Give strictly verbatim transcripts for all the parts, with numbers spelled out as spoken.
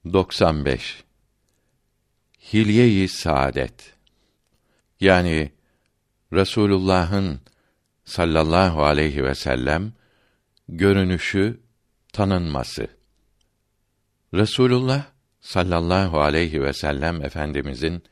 doksan beş Hilye-i Saadet, yani Resulullah'ın sallallahu aleyhi ve sellem görünüşü, tanınması. Resulullah sallallahu aleyhi ve sellem Efendimizin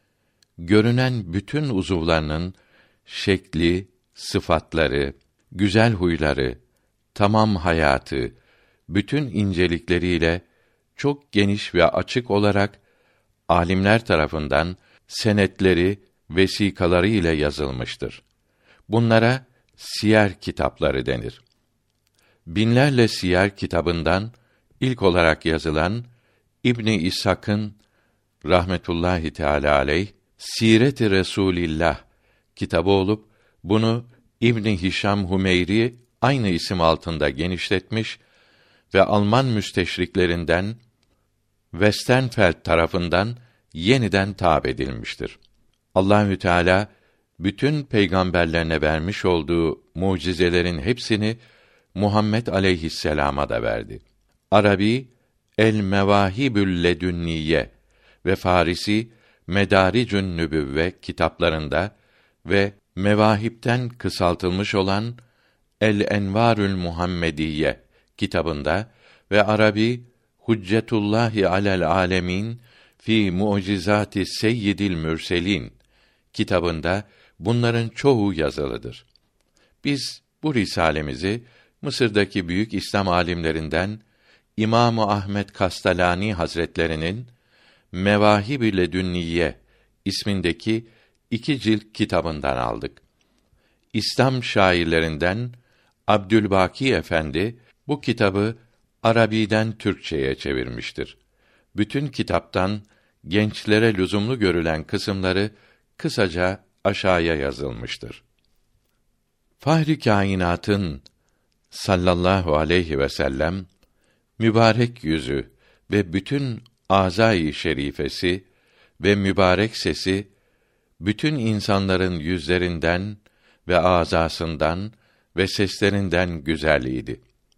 görünen bütün uzuvlarının şekli, sıfatları, güzel huyları, tamam hayatı, bütün incelikleriyle çok geniş ve açık olarak âlimler tarafından senetleri, vesikaları ile yazılmıştır. Bunlara siyer kitapları denir. Binlerle siyer kitabından ilk olarak yazılan İbn İshak'ın rahmetullahi teâlâ aleyh Siret-i Resulillah kitabı olup bunu İbn Hişam Humeyri aynı isim altında genişletmiş ve Alman müsteşriklerinden Westenfeld tarafından yeniden tâb edilmiştir. Allahü Teala bütün peygamberlerine vermiş olduğu mucizelerin hepsini Muhammed aleyhisselama da verdi. Arabi El Mevahibül Ledünniye ve Farisi Medaricün Nübüvve kitaplarında ve Mevahip'ten kısaltılmış olan El Envarül Muhammediye kitabında ve Arabi Huccetullahi alel âlemin fi mucizati seyyidil mürselin kitabında bunların çoğu yazılıdır. Biz bu risalemizi Mısır'daki büyük İslam âlimlerinden İmam-ı Ahmed Kastalani Hazretlerinin Mevahib-i Ledünniye ismindeki iki cilt kitabından aldık. İslam şairlerinden Abdülbaki Efendi bu kitabı Arabiden Türkçeye çevirmiştir. Bütün kitaptan gençlere lüzumlu görülen kısımları kısaca aşağıya yazılmıştır. Fahri kainatın sallallahu aleyhi ve sellem mübarek yüzü ve bütün âzâ-i şerifesi ve mübarek sesi bütün insanların yüzlerinden ve âzasından ve seslerinden güzel idi.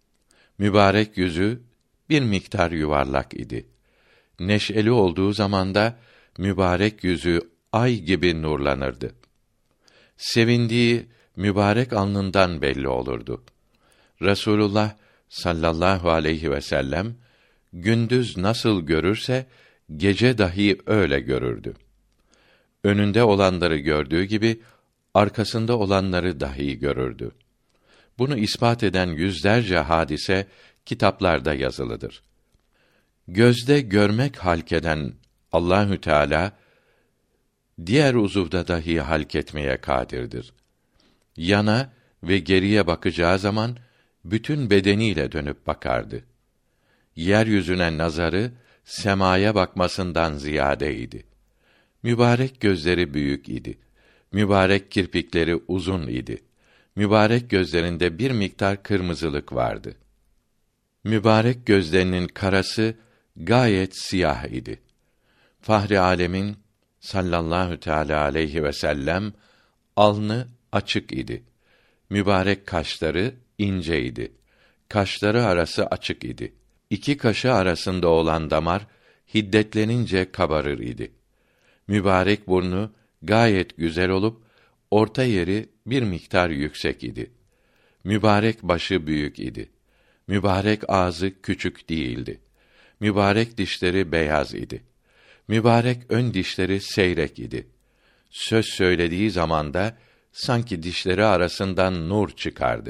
Mübarek yüzü bir miktar yuvarlak idi. Neşeli olduğu zamanda mübarek yüzü ay gibi nurlanırdı. Sevindiği mübarek alnından belli olurdu. Resulullah sallallahu aleyhi ve sellem gündüz nasıl görürse gece dahi öyle görürdü. Önünde olanları gördüğü gibi arkasında olanları dahi görürdü. Bunu ispat eden yüzlerce hadise kitaplarda yazılıdır. Gözde görmek halkeden Allahü Teala diğer uzuvda dahi halk etmeye kâdirdir. Yana ve geriye bakacağı zaman bütün bedeniyle dönüp bakardı. Yeryüzüne nazarı semaya bakmasından ziyadeydi. Mübarek gözleri büyük idi. Mübarek kirpikleri uzun idi. Mübarek gözlerinde bir miktar kırmızılık vardı. Mübarek gözlerinin karası gayet siyah idi. Fahri âlemin sallallahu teâlâ aleyhi ve sellem alnı açık idi. Mübarek kaşları ince idi. Kaşları arası açık idi. İki kaşı arasında olan damar hiddetlenince kabarır idi. Mübarek burnu gayet güzel olup orta yeri bir miktar yüksek idi. Mübarek başı büyük idi. Mübarek ağzı küçük değildi. Mübarek dişleri beyaz idi. Mübarek ön dişleri seyrek idi. Söz söylediği zamanda sanki dişleri arasından nur çıkardı.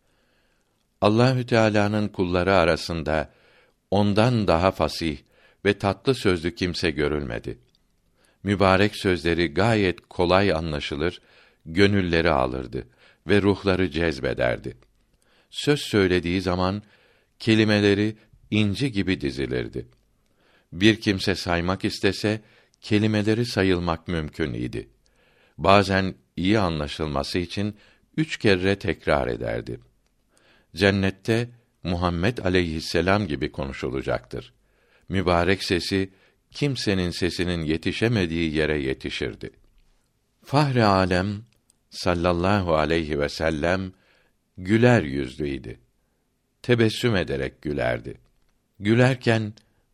Allahü Teala'nın kulları arasında ondan daha fasih ve tatlı sözlü kimse görülmedi. Mübarek sözleri gayet kolay anlaşılır, gönülleri alırdı ve ruhları cezbederdi. Söz söylediği zaman kelimeleri inci gibi dizilirdi. Bir kimse saymak istese kelimeleri sayılmak mümkün idi. Bazen iyi anlaşılması için üç kere tekrar ederdi. Cennette Muhammed aleyhisselam gibi konuşulacaktır. Mübarek sesi kimsenin sesinin yetişemediği yere yetişirdi. Fahri alem sallallahu aleyhi ve sellem güler yüzlüydi. Tebessüm ederek gülerdi. Gülerken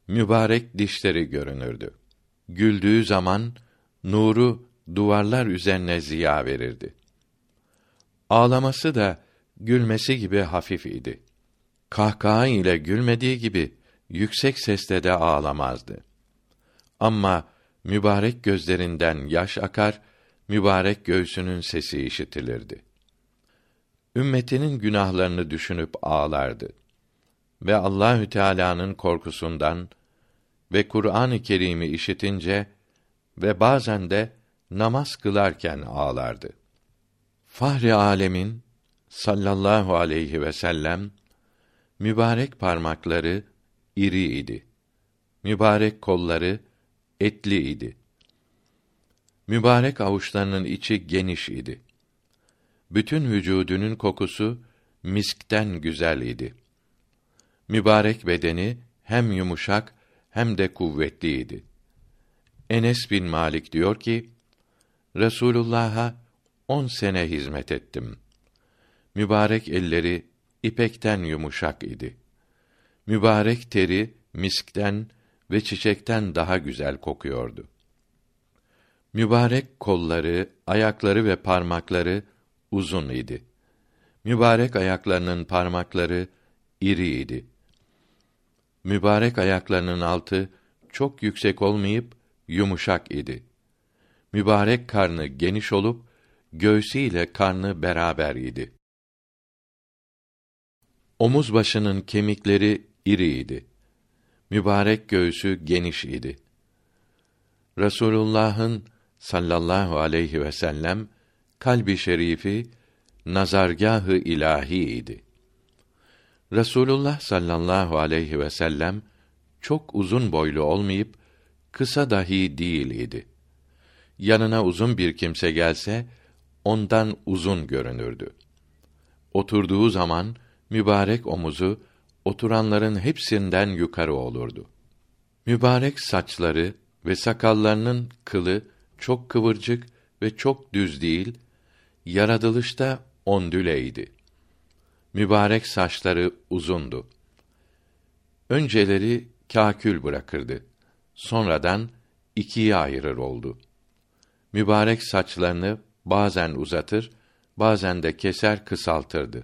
mübarek dişleri görünürdü. Güldüğü zaman nuru duvarlar üzerine ziya verirdi. Ağlaması da gülmesi gibi hafif idi. Kahkaha ile gülmediği gibi yüksek sesle de ağlamazdı. Ama mübarek gözlerinden yaş akar, mübarek göğsünün sesi işitilirdi. Ümmetinin günahlarını düşünüp ağlardı ve Allahü Teala'nın korkusundan ve Kur'an-ı Kerim'i işitince ve bazen de namaz kılarken ağlardı. Fahri âlemin sallallahu aleyhi ve sellem mübarek parmakları iri idi. Mübarek kolları etli idi. Mübarek avuçlarının içi geniş idi. Bütün vücudunun kokusu miskten güzel idi. Mübarek bedeni hem yumuşak hem de kuvvetliydi. Enes bin Malik diyor ki, Resulullah'a on sene hizmet ettim. Mübarek elleri ipekten yumuşak idi. Mübarek teri miskten ve çiçekten daha güzel kokuyordu. Mübarek kolları, ayakları ve parmakları uzun idi. Mübarek ayaklarının parmakları iri idi. Mübarek ayaklarının altı çok yüksek olmayıp yumuşak idi. Mübarek karnı geniş olup göğsü ile karnı beraber idi. Omuz başının kemikleri iri idi. Mübarek göğsü geniş idi. Resulullah'ın sallallahu aleyhi ve sellem kalbi şerifi nazargâh-ı ilahi idi. Resulullah sallallahu aleyhi ve sellem çok uzun boylu olmayıp kısa dahi değil idi. Yanına uzun bir kimse gelse ondan uzun görünürdü. Oturduğu zaman mübarek omuzu oturanların hepsinden yukarı olurdu. Mübarek saçları ve sakallarının kılı çok kıvırcık ve çok düz değil, yaratılışta ondüleydi. Mübarek saçları uzundu. Önceleri kâkül bırakırdı. Sonradan ikiye ayırır oldu. Mübarek saçlarını bazen uzatır, bazen de keser kısaltırdı.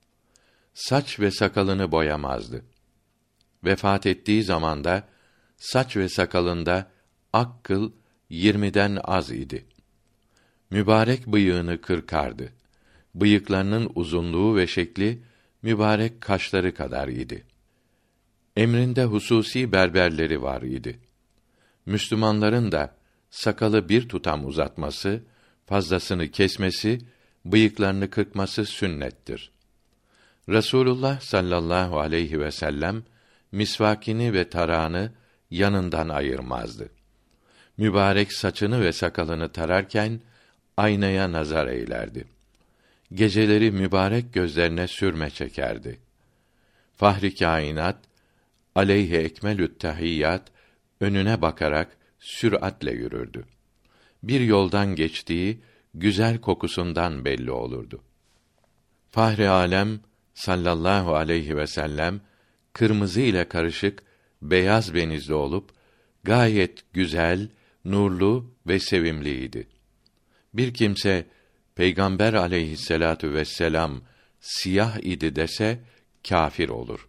Saç ve sakalını boyamazdı. Vefat ettiği zamanda saç ve sakalında ak kıl yirmiden az idi. Mübarek bıyığını kırkardı. Bıyıklarının uzunluğu ve şekli mübarek kaşları kadar idi. Emrinde hususi berberleri var idi. Müslümanların da sakalı bir tutam uzatması, fazlasını kesmesi, bıyıklarını kırpması sünnettir. Resulullah sallallahu aleyhi ve sellem misvakini ve tarağını yanından ayırmazdı. Mübarek saçını ve sakalını tararken aynaya nazar eylerdi. Geceleri mübarek gözlerine sürme çekerdi. Fahri kainat aleyhe ekmelü't tahiyyat önüne bakarak süratle yürürdü. Bir yoldan geçtiği güzel kokusundan belli olurdu. Fahri alem sallallahu aleyhi ve sellem kırmızı ile karışık beyaz benizli olup gayet güzel, nurlu ve sevimliydi. Bir kimse Peygamber aleyhisselatu vesselam siyah idi dese kâfir olur.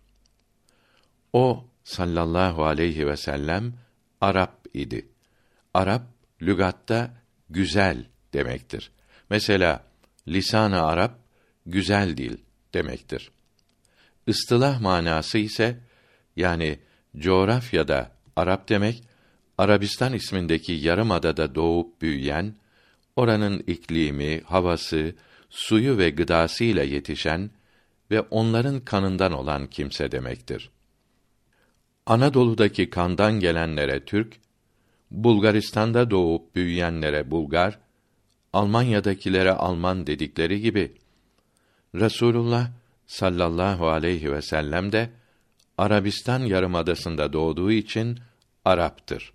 O sallallahu aleyhi ve sellem Arap idi. Arap lügatta güzel demektir. Mesela lisan-ı Arap güzel dil demektir. İstilah manası ise yani coğrafyada Arap demek, Arabistan ismindeki yarımadada doğup büyüyen, oranın iklimi, havası, suyu ve gıdasıyla yetişen ve onların kanından olan kimse demektir. Anadolu'daki kandan gelenlere Türk, Bulgaristan'da doğup büyüyenlere Bulgar, Almanya'dakilere Alman dedikleri gibi, Resulullah sallallahu aleyhi ve sellem de Arabistan yarımadasında doğduğu için Arap'tır.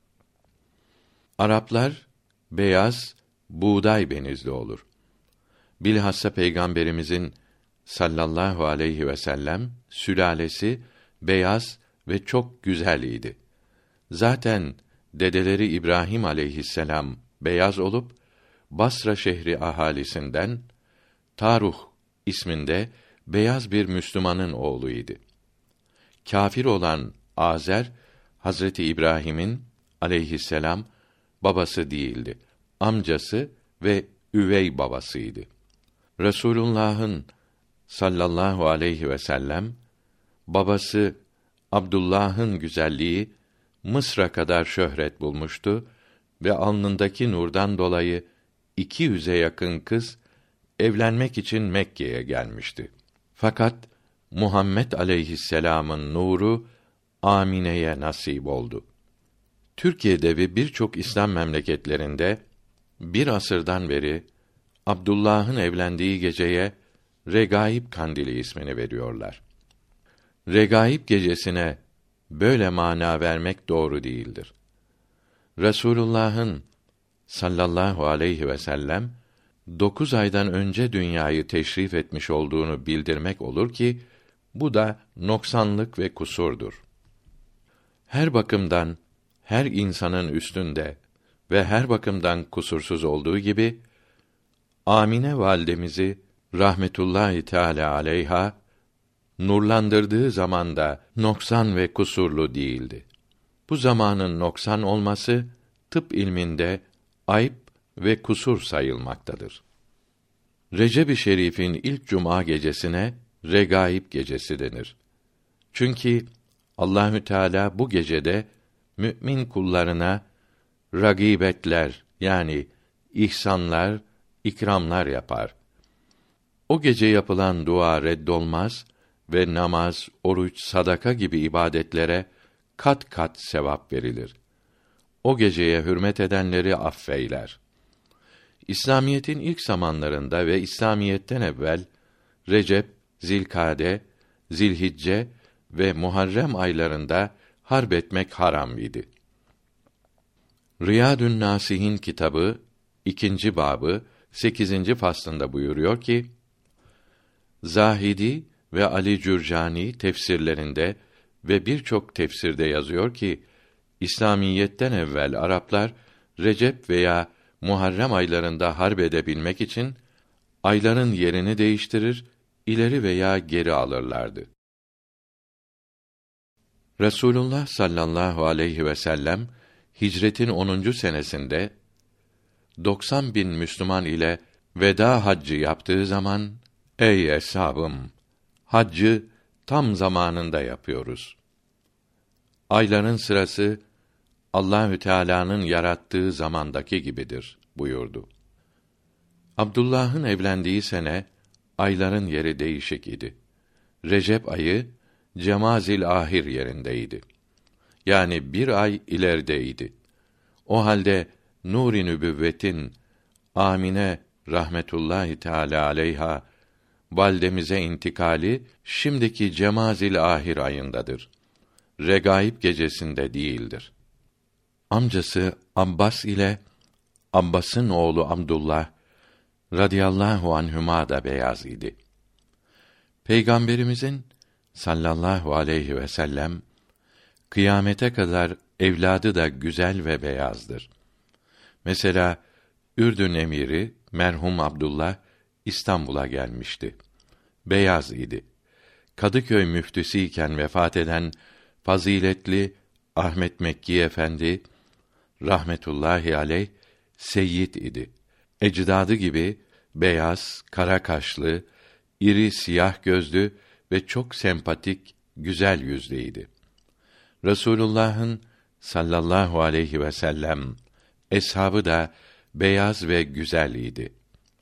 Araplar beyaz, buğday benizli olur. Bilhassa Peygamberimizin sallallahu aleyhi ve sellem sülalesi beyaz ve çok güzel idi. Zaten dedeleri İbrahim aleyhisselam beyaz olup Basra şehri ahalisinden Taruh isminde beyaz bir Müslümanın oğluydu. Kâfir olan Azer, Hazreti İbrahim'in aleyhisselam babası değildi. Amcası ve üvey babasıydı. Resulullah'ın sallallahu aleyhi ve sellem babası Abdullah'ın güzelliği Mısır'a kadar şöhret bulmuştu ve alnındaki nurdan dolayı iki yüze yakın kız evlenmek için Mekke'ye gelmişti. Fakat Muhammed aleyhisselam'ın nuru Amine'ye nasip oldu. Türkiye'de ve birçok İslam memleketlerinde bir asırdan beri Abdullah'ın evlendiği geceye Regaib Kandili ismini veriyorlar. Regaib gecesine böyle mana vermek doğru değildir. Resulullah'ın sallallahu aleyhi ve sellem dokuz aydan önce dünyayı teşrif etmiş olduğunu bildirmek olur ki bu da noksanlık ve kusurdur. Her bakımdan her insanın üstünde ve her bakımdan kusursuz olduğu gibi Amine validemizi rahmetullahi teala aleyha nurlandırdığı zamanda noksan ve kusurlu değildi. Bu zamanın noksan olması tıp ilminde ayıp ve kusur sayılmaktadır. Recep-i Şerif'in ilk cuma gecesine Regaib gecesi denir. Çünkü Allahü Teala bu gecede mümin kullarına ragibetler yani ihsanlar, ikramlar yapar. O gece yapılan dua reddolmaz ve namaz, oruç, sadaka gibi ibadetlere kat kat sevap verilir. O geceye hürmet edenleri affeyler. İslamiyetin ilk zamanlarında ve İslamiyetten evvel Recep, Zilkade, Zilhicce ve Muharrem aylarında harp etmek haram idi. Riyadün Nâsihîn kitabı ikinci babı sekizinci faslında buyuruyor ki: Zahidi ve Ali Cürcani tefsirlerinde ve birçok tefsirde yazıyor ki İslamiyetten evvel Araplar Recep veya Muharrem aylarında harp edebilmek için ayların yerini değiştirir, ileri veya geri alırlardı. Resulullah sallallahu aleyhi ve sellem hicretin onuncu senesinde doksan bin Müslüman ile veda haccı yaptığı zaman, ey eshabım, haccı tam zamanında yapıyoruz. Ayların sırası Allahü Teala'nın yarattığı zamandaki gibidir buyurdu. Abdullah'ın evlendiği sene ayların yeri değişik idi. Recep ayı Cemazil Ahir yerindeydi. Yani bir ay ilerideydi. O halde Nur-i Nübüvvetin Amine rahmetullahi teala aleyha validemize intikali şimdiki Cemazil Ahir ayındadır. Regaib gecesinde değildir. Amcası Abbas ile Abbas'ın oğlu Abdullah radıyallahu anhüma da beyaz idi. Peygamberimizin sallallahu aleyhi ve sellem kıyamete kadar evladı da güzel ve beyazdır. Mesela Ürdün emiri merhum Abdullah İstanbul'a gelmişti. Beyaz idi. Kadıköy müftüsüyken vefat eden faziletli Ahmet Mekki Efendi rahmetullahi aleyh seyyid idi. Ecdadı gibi beyaz, kara kaşlı, iri siyah gözlü ve çok sempatik, güzel yüzlüydi. Resulullah'ın sallallahu aleyhi ve sellem eshabı da beyaz ve güzel idi.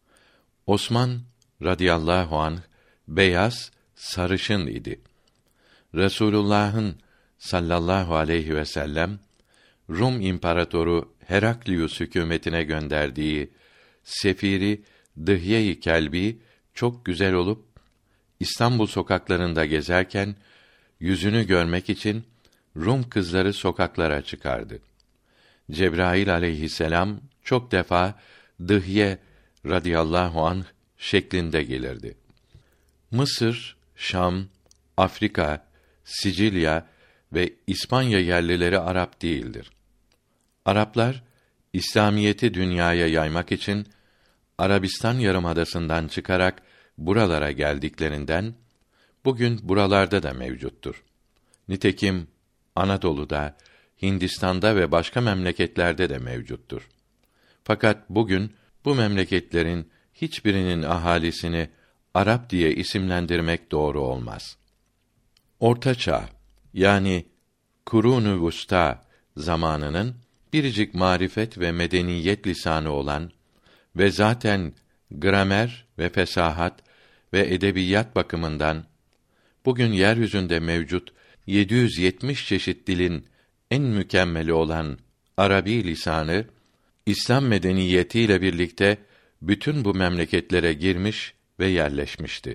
Osman radıyallahu anh beyaz, sarışın idi. Resulullah'ın sallallahu aleyhi ve sellem Rum imparatoru Heraklius hükümetine gönderdiği sefiri Dıhye-i Kelbi çok güzel olup İstanbul sokaklarında gezerken yüzünü görmek için Rum kızları sokaklara çıkardı. Cebrail aleyhisselam çok defa Dıhye radıyallahu anh şeklinde gelirdi. Mısır, Şam, Afrika, Sicilya ve İspanya yerlileri Arap değildir. Araplar İslamiyeti dünyaya yaymak için Arabistan yarımadasından çıkarak buralara geldiklerinden bugün buralarda da mevcuttur. Nitekim Anadolu'da, Hindistan'da ve başka memleketlerde de mevcuttur. Fakat bugün bu memleketlerin hiçbirinin ahalisini Arap diye isimlendirmek doğru olmaz. Orta Çağ, yani Kurûn-ü Vustâ zamanının biricik marifet ve medeniyet lisanı olan ve zaten gramer ve fesahat ve edebiyat bakımından bugün yeryüzünde mevcut yedi yüz yetmiş çeşit dilin en mükemmeli olan Arabi lisanı, İslam medeniyetiyle birlikte bütün bu memleketlere girmiş ve yerleşmişti.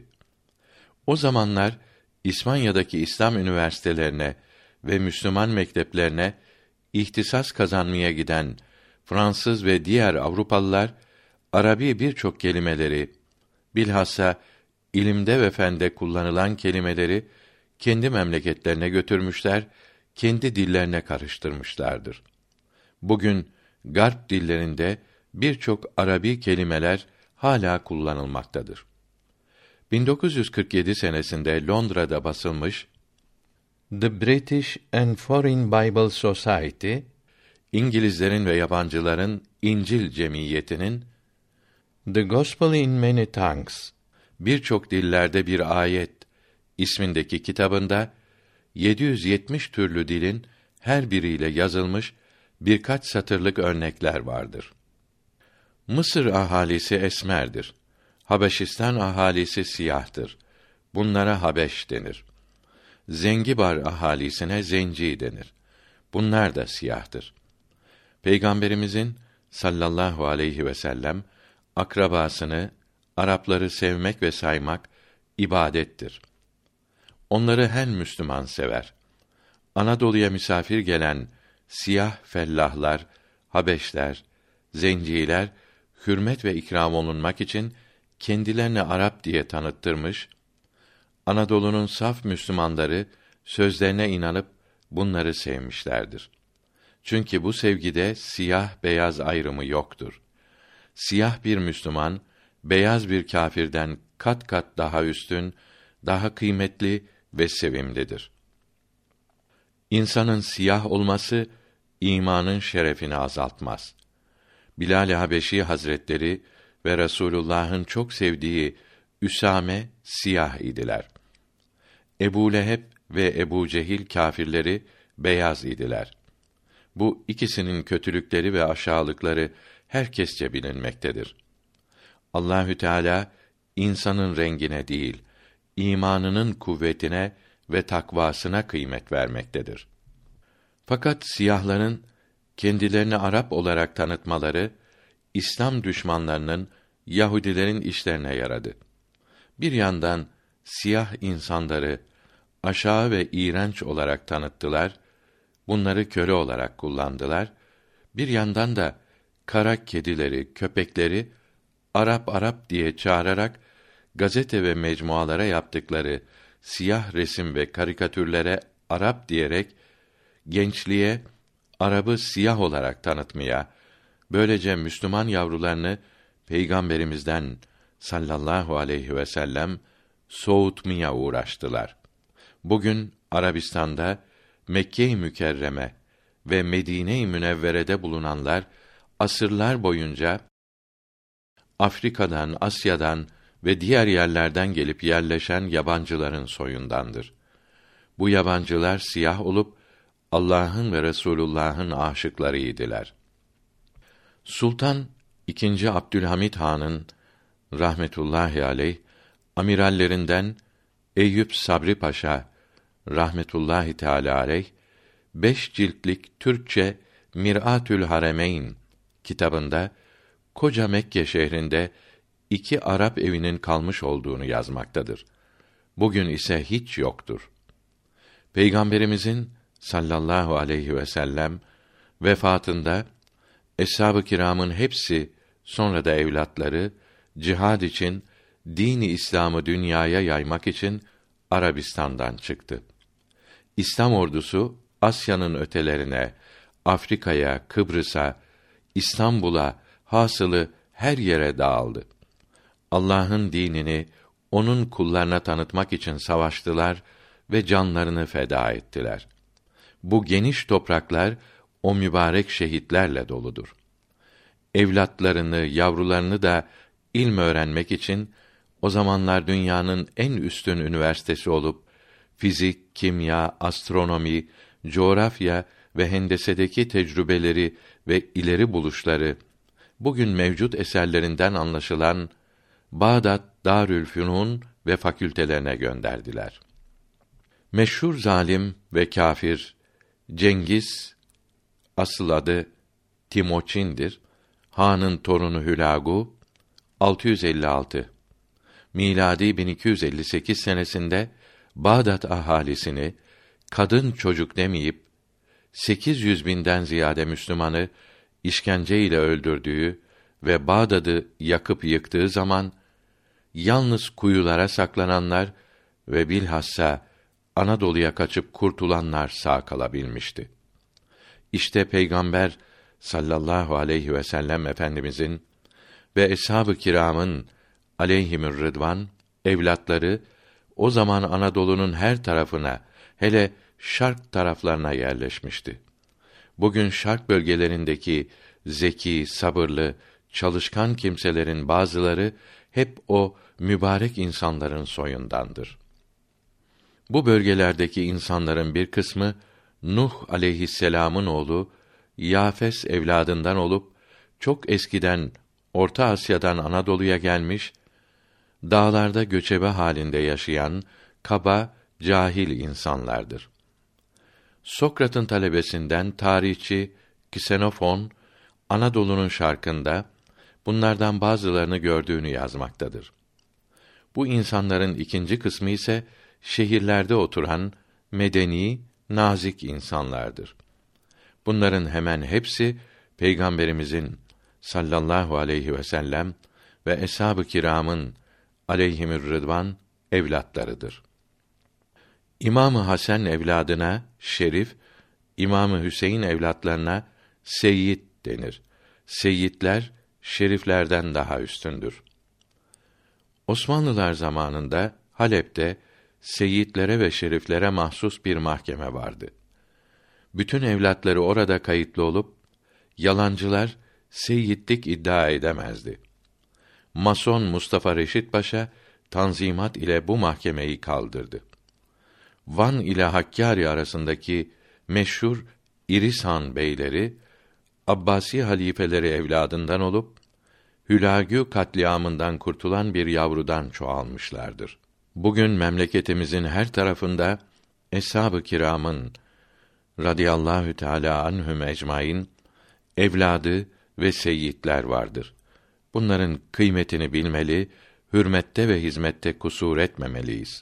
O zamanlar İspanya'daki İslam üniversitelerine ve Müslüman mekteplerine ihtisas kazanmaya giden Fransız ve diğer Avrupalılar Arabi birçok kelimeleri, bilhassa ilimde ve fende kullanılan kelimeleri kendi memleketlerine götürmüşler, kendi dillerine karıştırmışlardır. Bugün Garp dillerinde birçok Arabi kelimeler hala kullanılmaktadır. bin dokuz yüz kırk yedi senesinde Londra'da basılmış The British and Foreign Bible Society, İngilizlerin ve yabancıların İncil Cemiyeti'nin The Gospel in Many Tongues, birçok dillerde bir ayet ismindeki kitabında yedi yüz yetmiş türlü dilin her biriyle yazılmış birkaç satırlık örnekler vardır. Mısır ahalisi esmerdir. Habeşistan ahalisi siyahtır. Bunlara Habeş denir. Zengibar ahalisine Zenci denir. Bunlar da siyahtır. Peygamberimizin sallallahu aleyhi ve sellem akrabasını, Arapları sevmek ve saymak ibadettir. Onları her Müslüman sever. Anadolu'ya misafir gelen siyah fellahlar, Habeşler, Zenciler hürmet ve ikram olunmak için kendilerini Arap diye tanıttırmış. Anadolu'nun saf Müslümanları sözlerine inanıp bunları sevmişlerdir. Çünkü bu sevgide siyah beyaz ayrımı yoktur. Siyah bir Müslüman beyaz bir kâfirden kat kat daha üstün, daha kıymetli ve sevimlidir. İnsanın siyah olması imanın şerefini azaltmaz. Bilal-i Habeşi Hazretleri ve Resulullah'ın çok sevdiği Üsame siyah idiler. Ebu Leheb ve Ebu Cehil kâfirleri beyaz idiler. Bu ikisinin kötülükleri ve aşağılıkları herkesçe bilinmektedir. Allahü Teala insanın rengine değil, imanının kuvvetine ve takvasına kıymet vermektedir. Fakat siyahların kendilerini Arap olarak tanıtmaları İslam düşmanlarının, Yahudilerin işlerine yaradı. Bir yandan siyah insanları aşağı ve iğrenç olarak tanıttılar, bunları köle olarak kullandılar. Bir yandan da kara kedileri, köpekleri Arap Arap diye çağırarak gazete ve mecmualara yaptıkları siyah resim ve karikatürlere Arap diyerek gençliğe Arap'ı siyah olarak tanıtmaya, böylece Müslüman yavrularını Peygamberimizden sallallahu aleyhi ve sellem soğutmaya uğraştılar. Bugün Arabistan'da Mekke-i Mükerreme ve Medine-i Münevvere'de bulunanlar asırlar boyunca Afrika'dan, Asya'dan ve diğer yerlerden gelip yerleşen yabancıların soyundandır. Bu yabancılar siyah olup Allah'ın ve Resulullah'ın aşıklarıydılar. Sultan ikinci. Abdülhamid Han'ın rahmetullahi aleyh amirallerinden Eyüp Sabri Paşa rahmetullahi teâlâ aleyh beş ciltlik Türkçe Mir'atül Haremeyn kitabında koca Mekke şehrinde iki Arap evinin kalmış olduğunu yazmaktadır. Bugün ise hiç yoktur. Peygamberimizin sallallahu aleyhi ve sellem vefatında eshab-ı kiramın hepsi, sonra da evlatları cihad için, dini İslam'ı dünyaya yaymak için Arabistan'dan çıktı. İslam ordusu Asya'nın ötelerine, Afrika'ya, Kıbrıs'a, İstanbul'a, hasılı her yere dağıldı. Allah'ın dinini onun kullarına tanıtmak için savaştılar ve canlarını feda ettiler. Bu geniş topraklar o mübarek şehitlerle doludur. Evlatlarını, yavrularını da ilm öğrenmek için o zamanlar dünyanın en üstün üniversitesi olup fizik, kimya, astronomi, coğrafya ve hendesedeki tecrübeleri ve ileri buluşları bugün mevcut eserlerinden anlaşılan Bağdat Darülfünun ve fakültelerine gönderdiler. Meşhur zalim ve kâfir Cengiz, asıl adı Timoçin'dir. Han'ın torunu Hülagu altı yüz elli altı miladi bin iki yüz elli sekiz senesinde Bağdat ahalisini kadın çocuk demeyip sekiz yüz binden ziyade Müslümanı işkence ile öldürdüğü ve Bağdat'ı yakıp yıktığı zaman yalnız kuyulara saklananlar ve bilhassa Anadolu'ya kaçıp kurtulanlar sağ kalabilmişti. İşte Peygamber sallallahu aleyhi ve sellem Efendimizin ve eshab-ı kiramın aleyhimür rıdvan evlatları o zaman Anadolu'nun her tarafına, hele şark taraflarına yerleşmişti. Bugün şark bölgelerindeki zeki, sabırlı, çalışkan kimselerin bazıları hep o mübarek insanların soyundandır. Bu bölgelerdeki insanların bir kısmı Nuh aleyhisselam'ın oğlu Yafes evladından olup çok eskiden Orta Asya'dan Anadolu'ya gelmiş, dağlarda göçebe halinde yaşayan kaba, cahil insanlardır. Sokrat'ın talebesinden tarihçi Ksenofon Anadolu'nun şarkında bunlardan bazılarını gördüğünü yazmaktadır. Bu insanların ikinci kısmı ise şehirlerde oturan medeni, nazik insanlardır. Bunların hemen hepsi Peygamberimizin sallallahu aleyhi ve sellem ve eshab-ı kiramın aleyhimür rıdvan evlatlarıdır. İmam-ı Hasan evladına Şerif, İmam-ı Hüseyin evlatlarına Seyyid denir. Seyyidler şeriflerden daha üstündür. Osmanlılar zamanında Halep'te seyyidlere ve şeriflere mahsus bir mahkeme vardı. Bütün evlatları orada kayıtlı olup yalancılar seyyidlik iddia edemezdi. Mason Mustafa Reşit Paşa tanzimat ile bu mahkemeyi kaldırdı. Van ile Hakkari arasındaki meşhur İrisan beyleri Abbasi halifeleri evladından olup Hülagü katliamından kurtulan bir yavrudan çoğalmışlardır. Bugün memleketimizin her tarafında eshab-ı kiramın radıyallahu teâlâ anhum ecmaîn evladı ve seyyidler vardır. Bunların kıymetini bilmeli, hürmette ve hizmette kusur etmemeliyiz.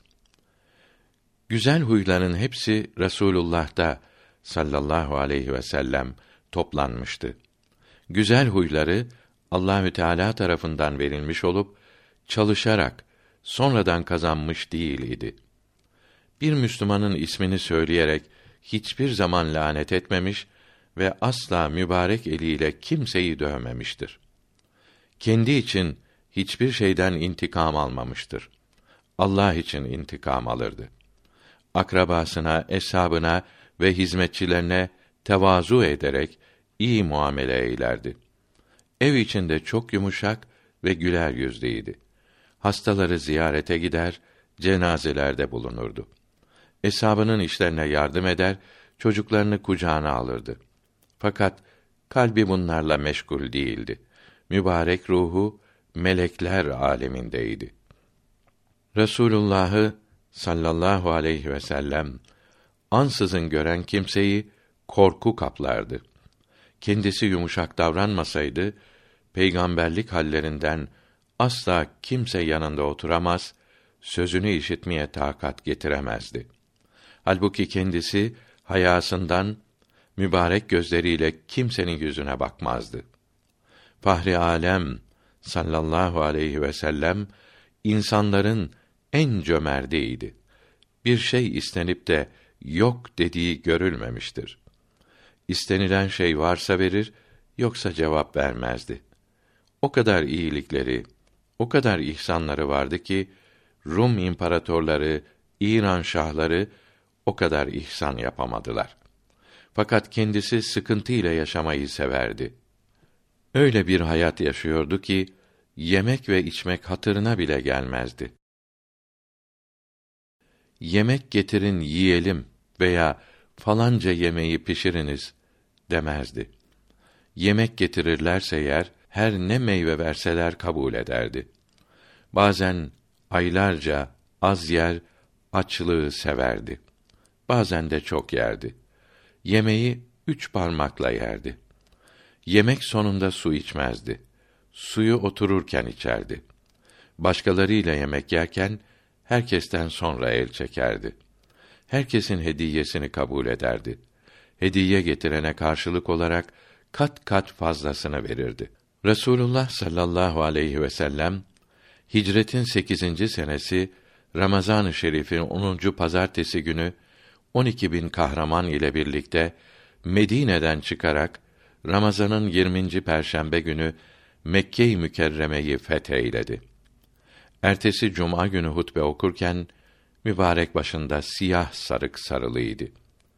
Güzel huyların hepsi Resulullah'ta sallallahu aleyhi ve sellem toplanmıştı. Güzel huyları Allahü Teala tarafından verilmiş olup çalışarak sonradan kazanmış değil idi. Bir Müslümanın ismini söyleyerek hiçbir zaman lanet etmemiş ve asla mübarek eliyle kimseyi dövmemiştir. Kendi için hiçbir şeyden intikam almamıştır. Allah için intikam alırdı. Akrabasına, eshabına ve hizmetçilerine tevazu ederek iyi muamele eylerdi. Ev içinde çok yumuşak ve güler yüzlüydi. Hastaları ziyarete gider, cenazelerde bulunurdu. Eshabının işlerine yardım eder, çocuklarını kucağına alırdı. Fakat kalbi bunlarla meşgul değildi. Mübarek ruhu melekler alemindeydi. Resulullah'ı sallallahu aleyhi ve sellem ansızın gören kimseyi korku kaplardı. Kendisi yumuşak davranmasaydı peygamberlik hallerinden asla kimse yanında oturamaz, sözünü işitmeye takat getiremezdi. Halbuki kendisi hayasından mübarek gözleriyle kimsenin yüzüne bakmazdı. Fahri alem sallallahu aleyhi ve sellem insanların en cömertiydi. Bir şey istenip de yok dediği görülmemiştir. İstenilen şey varsa verir, yoksa cevap vermezdi. O kadar iyilikleri, o kadar ihsanları vardı ki, Rum imparatorları, İran şahları o kadar ihsan yapamadılar. Fakat kendisi sıkıntı ile yaşamayı severdi. Öyle bir hayat yaşıyordu ki, yemek ve içmek hatırına bile gelmezdi. Yemek getirin yiyelim veya falanca yemeği pişiriniz demezdi. Yemek getirirlerse yer, her ne meyve verseler kabul ederdi. Bazen aylarca az yer, açlığı severdi. Bazen de çok yerdi. Yemeği üç parmakla yerdi. Yemek sonunda su içmezdi. Suyu otururken içerdi. Başkalarıyla yemek yerken, herkesten sonra el çekerdi. Herkesin hediyesini kabul ederdi. Hediye getirene karşılık olarak kat kat fazlasını verirdi. Resulullah sallallahu aleyhi ve sellem hicretin sekizinci senesi Ramazan-ı Şerif'in onuncu pazartesi günü on iki bin kahraman ile birlikte Medine'den çıkarak Ramazan'ın yirminci perşembe günü Mekke-i Mükerreme'yi fetheyledi. Ertesi cuma günü hutbe okurken mübarek başında siyah sarık sarılıydı.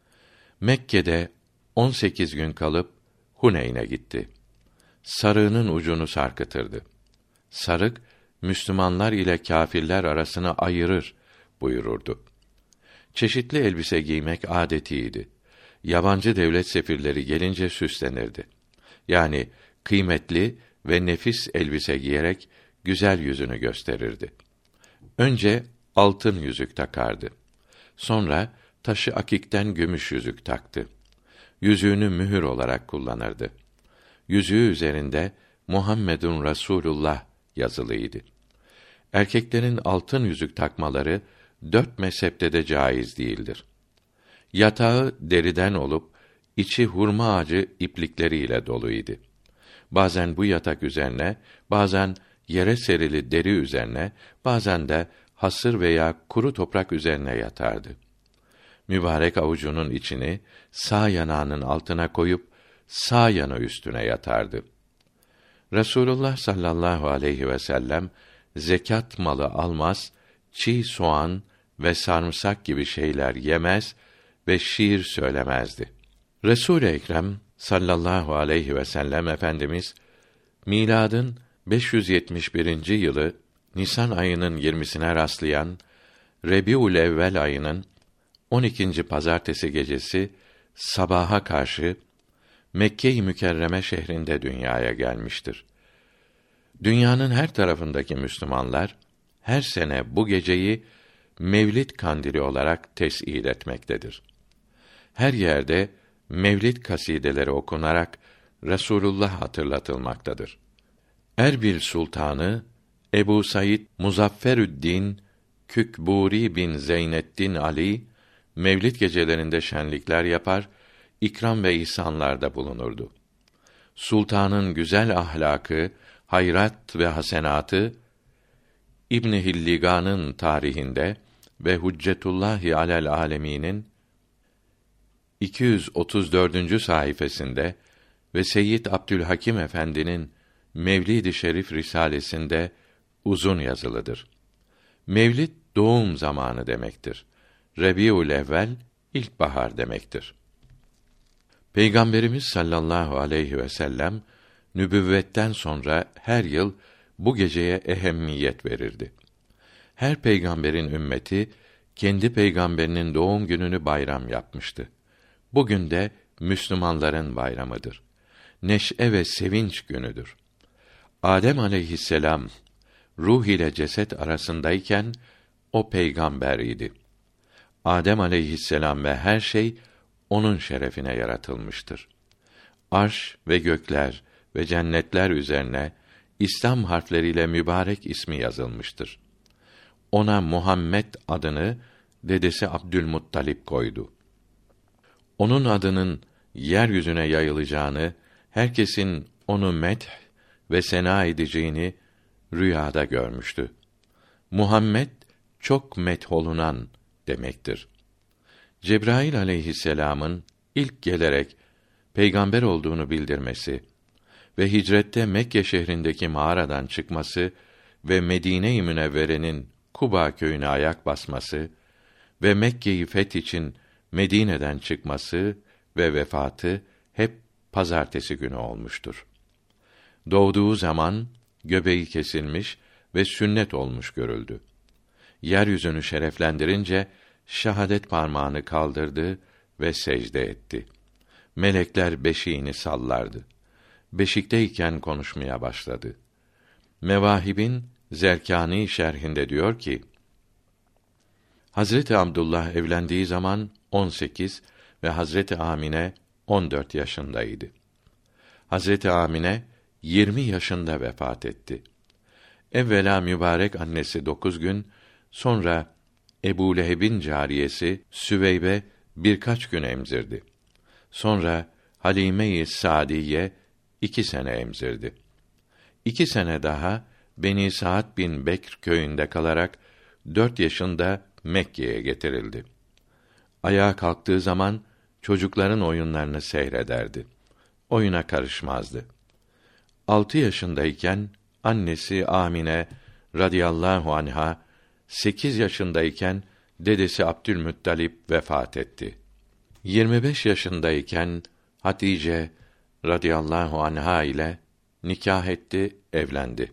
Mekke'de on sekiz gün kalıp Huneyn'e gitti. Sarığının ucunu sarkıtırdı. Sarık Müslümanlar ile kâfirler arasını ayırır buyururdu. Çeşitli elbise giymek âdetiydi. Yabancı devlet sefirleri gelince süslenirdi. Yani kıymetli ve nefis elbise giyerek güzel yüzünü gösterirdi. Önce altın yüzük takardı. Sonra taşı akikten gümüş yüzük taktı. Yüzüğünü mühür olarak kullanırdı. Yüzüğü üzerinde Muhammedun Rasulullah yazılıydı. Erkeklerin altın yüzük takmaları dört mezhepte de caiz değildir. Yatağı deriden olup içi hurma ağacı iplikleriyle doluydu. Bazen bu yatak üzerine, bazen yere serili deri üzerine, bazen de hasır veya kuru toprak üzerine yatardı. Mübarek avucunun içini sağ yanağının altına koyup sağ yanı üstüne yatardı. Resulullah sallallahu aleyhi ve sellem zekat malı almaz, çiğ soğan ve sarımsak gibi şeyler yemez ve şiir söylemezdi. Resul-i Ekrem sallallahu aleyhi ve sellem Efendimiz miladın beş yüz yetmiş birinci yılı Nisan ayının yirmisine rastlayan Rebiülevvel ayının on ikinci pazartesi gecesi sabaha karşı Mekke-i Mükerreme şehrinde dünyaya gelmiştir. Dünyanın her tarafındaki Müslümanlar her sene bu geceyi Mevlid kandili olarak tes'id etmektedir. Her yerde Mevlid kasideleri okunarak Resulullah hatırlatılmaktadır. Erbil Sultanı Ebu Said Muzafferüddin Kükburi bin Zeyneddin Ali Mevlid gecelerinde şenlikler yapar, ikram ve ihsanlarda bulunurdu. Sultanın güzel ahlakı, hayrat ve hasenatı İbn Hilligan'ın tarihinde ve Huccetullahi alel âlemîn'in iki yüz otuz dördüncü sayfasında ve Seyyid Abdülhakim Efendi'nin Mevlid-i Şerif risalesinde uzun yazılıdır. Mevlid doğum zamanı demektir. Rebiülevvel ilkbahar demektir. Peygamberimiz sallallahu aleyhi ve sellem nübüvvetten sonra her yıl bu geceye ehemmiyet verirdi. Her peygamberin ümmeti kendi peygamberinin doğum gününü bayram yapmıştı. Bugün de Müslümanların bayramıdır. Neşe ve sevinç günüdür. Adem aleyhisselam ruh ile ceset arasındayken o peygamber idi. Adem aleyhisselam ve her şey onun şerefine yaratılmıştır. Arş ve gökler ve cennetler üzerine İslam harfleriyle mübarek ismi yazılmıştır. Ona Muhammed adını dedesi Abdülmuttalip koydu. Onun adının yeryüzüne yayılacağını, herkesin onu medh ve sena edeceğini rüyada görmüştü. Muhammed çok metholunan demektir. Cebrail aleyhisselam'ın ilk gelerek peygamber olduğunu bildirmesi ve hicrette Mekke şehrindeki mağaradan çıkması ve Medine-i Münevvere'nin Kuba köyüne ayak basması ve Mekke'yi feth için Medine'den çıkması ve vefatı hep pazartesi günü olmuştur. Doğduğu zaman göbeği kesilmiş ve sünnet olmuş görüldü. Yeryüzünü şereflendirince şahadet parmağını kaldırdı ve secde etti. Melekler beşiğini sallardı. Beşikteyken konuşmaya başladı. Mevahib'in Zerkâni şerhinde diyor ki: Hazreti Abdullah evlendiği zaman on sekiz ve Hazreti Amine on dört yaşındaydı. Hazreti Amine yirmi yaşında vefat etti. Evvela mübarek annesi dokuz gün, sonra Ebu Leheb'in cariyesi Süveybe birkaç gün emzirdi. Sonra Halime-i Sadiye iki sene emzirdi. İki sene daha Beni Sa'd bin Bekr köyünde kalarak dört yaşında Mekke'ye getirildi. Ayağa kalktığı zaman çocukların oyunlarını seyrederdi. Oyuna karışmazdı. Altı yaşındayken annesi Amine radıyallahu anha, sekiz yaşındayken dedesi Abdülmuttalip vefat etti. Yirmi beş yaşındayken Hatice radıyallahu anha ile nikah etti, evlendi.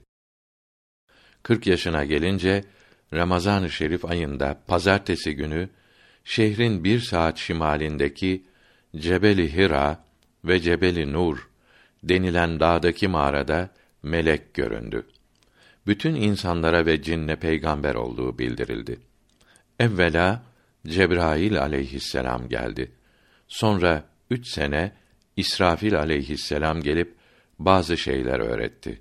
Kırk yaşına gelince Ramazan-ı Şerif ayında pazartesi günü şehrin bir saat şimalindeki Cebeli Hira ve Cebeli Nur denilen dağdaki mağarada melek göründü. Bütün insanlara ve cinne peygamber olduğu bildirildi. Evvela Cebrail aleyhisselam geldi. Sonra üç sene İsrafil aleyhisselam gelip bazı şeyler öğretti.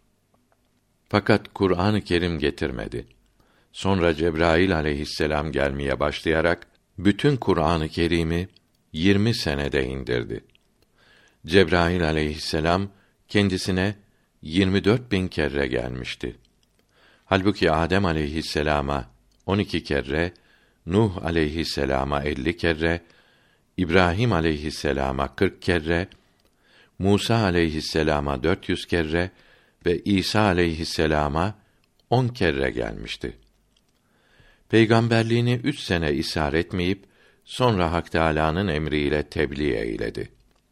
Fakat Kur'an-ı Kerim getirmedi. Sonra Cebrail aleyhisselam gelmeye başlayarak bütün Kur'an-ı Kerim'i yirmi senede indirdi. Cebrail aleyhisselam kendisine yirmi dört bin kere gelmişti. Halbuki Adem aleyhisselama on iki kere, Nuh aleyhisselama elli kere, İbrahim aleyhisselama kırk kere, Musa aleyhisselama dört yüz kere ve İsa aleyhisselama on kere gelmişti. Peygamberliğini üç sene isar etmeyip sonra Hak Teâlâ'nın emriyle tebliğ eyledi.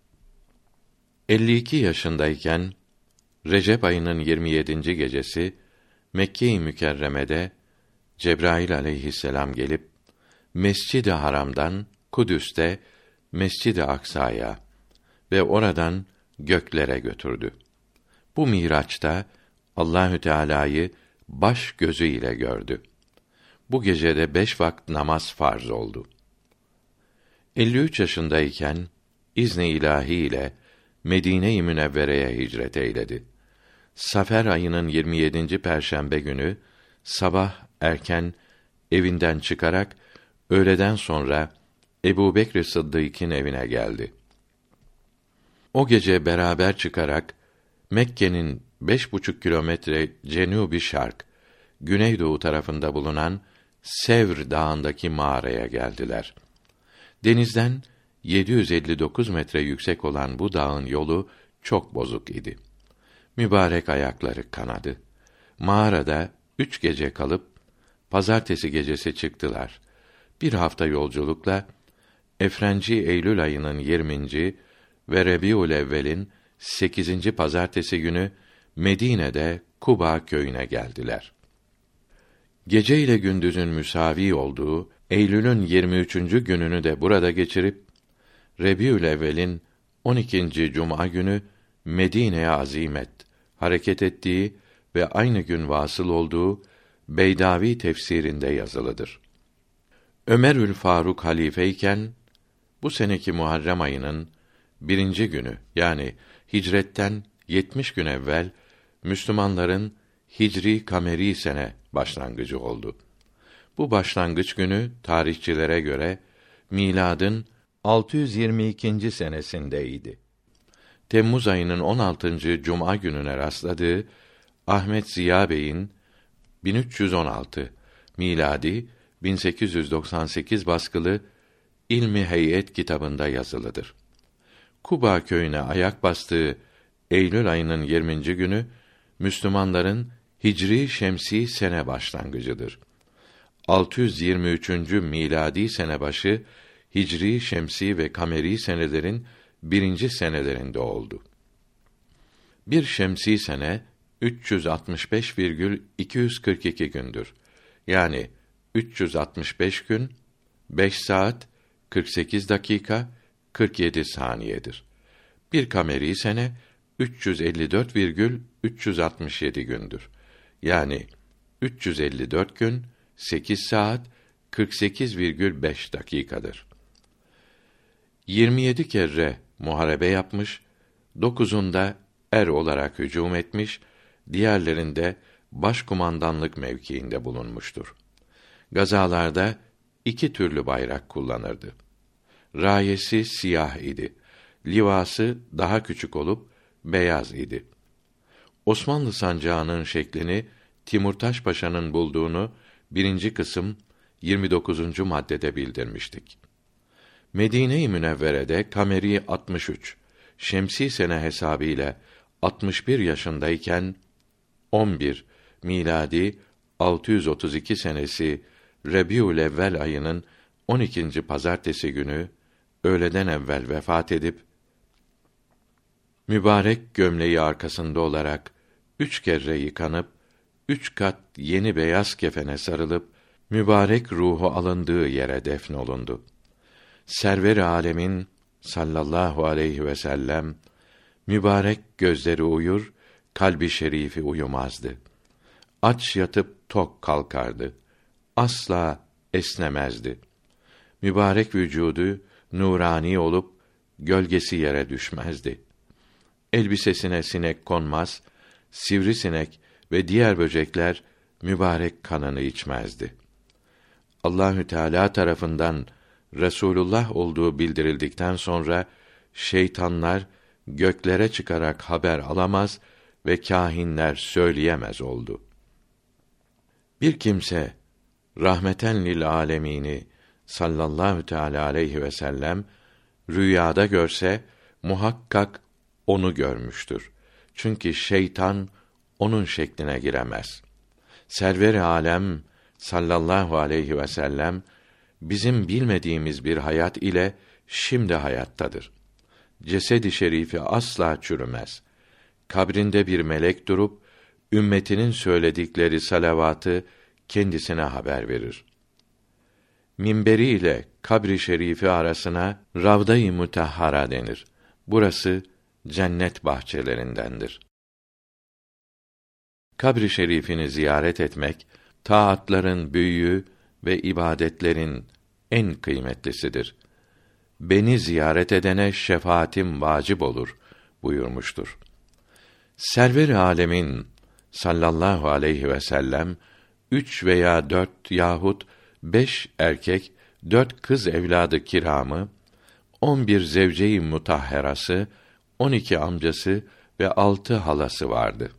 elli iki yaşındayken Recep ayının yirmi yedinci gecesi Mekke-i Mükerreme'de Cebrail aleyhisselam gelip Mescid-i Haram'dan Kudüs'te Mescid-i Aksa'ya ve oradan göklere götürdü. Bu miraçta Allahü Teala'yı baş gözü ile gördü. Bu gecede beş vakit namaz farz oldu. elli üç yaşındayken izni ilahi ile Medine-i Münevvere'ye hicret eyledi. Safer ayının yirmi yedinci perşembe günü sabah erken evinden çıkarak öğleden sonra Ebu Bekr Sıddık'ın evine geldi. O gece beraber çıkarak Mekke'nin beş buçuk kilometre cenubi şark, güneydoğu tarafında bulunan Sevr dağındaki mağaraya geldiler. Denizden yedi yüz elli dokuz metre yüksek olan bu dağın yolu çok bozuk idi. Mübarek ayakları kanadı. Mağarada üç gece kalıp pazartesi gecesi çıktılar. Bir hafta yolculukla Efrenci Eylül ayının yirminci ve Rebiülevvel'in sekizinci pazartesi günü Medine'de Kuba köyüne geldiler. Gece ile gündüzün müsavi olduğu Eylül'ün yirmi üçüncü gününü de burada geçirip Rebiülevvel'in on ikinci cuma günü Medine-i Azimet hareket ettiği ve aynı gün vasıl olduğu Beydavi tefsirinde yazılıdır. Ömerül Faruk halifeyken bu seneki Muharrem ayının birinci günü, yani hicretten yetmiş gün evvel Müslümanların Hicri Kameri sene başlangıcı oldu. Bu başlangıç günü tarihçilere göre miladın altı yüz yirmi ikinci senesindeydi. Temmuz ayının on altıncı cuma gününe rastladığı Ahmet Ziya Bey'in bin üç yüz on altı miladi bin sekiz yüz doksan sekiz baskılı İlmi Heyet kitabında yazılıdır. Kuba köyüne ayak bastığı Eylül ayının yirminci günü Müslümanların Hicri Şemsî sene başlangıcıdır. altı yüz yirmi üçüncü miladi sene başı Hicri Şemsî ve Kameri senelerin birinci senelerinde oldu. Bir şemsî sene üç yüz altmış beş virgül iki yüz kırk iki gündür. Yani üç yüz altmış beş gün, beş saat, kırk sekiz dakika, kırk yedi saniyedir. Bir kameri sene üç yüz elli dört virgül üç yüz altmış yedi gündür. Yani üç yüz elli dört gün, sekiz saat, kırk sekiz virgül beş dakikadır. yirmi yedi kere muharebe yapmış, dokuzunda er olarak hücum etmiş, diğerlerinde başkumandanlık mevkiinde bulunmuştur. Gazalarda iki türlü bayrak kullanırdı. Rayesi siyah idi. Livası daha küçük olup beyaz idi. Osmanlı sancağının şeklini Timurtaş Paşa'nın bulduğunu birinci kısım yirmi dokuzuncu maddede bildirmiştik. Medine-i Münevvere'de kameri altmış üç, şemsî sene hesabıyla altmış bir yaşındayken on bir miladi altı yüz otuz iki senesi Rebiülevvel ayının on ikinci pazartesi günü öğleden evvel vefat edip mübarek gömleği arkasında olarak üç kere yıkanıp üç kat yeni beyaz kefene sarılıp mübarek ruhu alındığı yere defnolundu. Server-i âlemin sallallahu aleyhi ve sellem mübarek gözleri uyur, kalbi şerifi uyumazdı. Aç yatıp tok kalkardı. Asla esnemezdi. Mübarek vücudu nurani olup gölgesi yere düşmezdi. Elbisesine sinek konmaz, sivrisinek ve diğer böcekler mübarek kanını içmezdi. Allahü Teala tarafından Resulullah olduğu bildirildikten sonra şeytanlar göklere çıkarak haber alamaz ve kâhinler söyleyemez oldu. Bir kimse rahmeten lil âlemîni sallallahu teâlâ aleyhi ve sellem rüyada görse muhakkak onu görmüştür. Çünkü şeytan onun şekline giremez. Server-i âlem sallallahu aleyhi ve sellem bizim bilmediğimiz bir hayat ile şimdi hayattadır. Cesedi şerifi asla çürümez. Kabrinde bir melek durup ümmetinin söyledikleri salavatı kendisine haber verir. Minberi ile kabri şerifi arasına Ravda-i Mutahhara denir. Burası cennet bahçelerindendir. Kabri şerifini ziyaret etmek taatların büyüğü ve ibadetlerin en kıymetlisidir. Beni ziyaret edene şefaatim vacip olur buyurmuştur. Server-i âlemin sallallahu aleyhi ve sellem üç veya dört yahut beş erkek, dört kız evladı kiramı, on bir zevce-i mutahherası, on iki amcası ve altı halası vardı.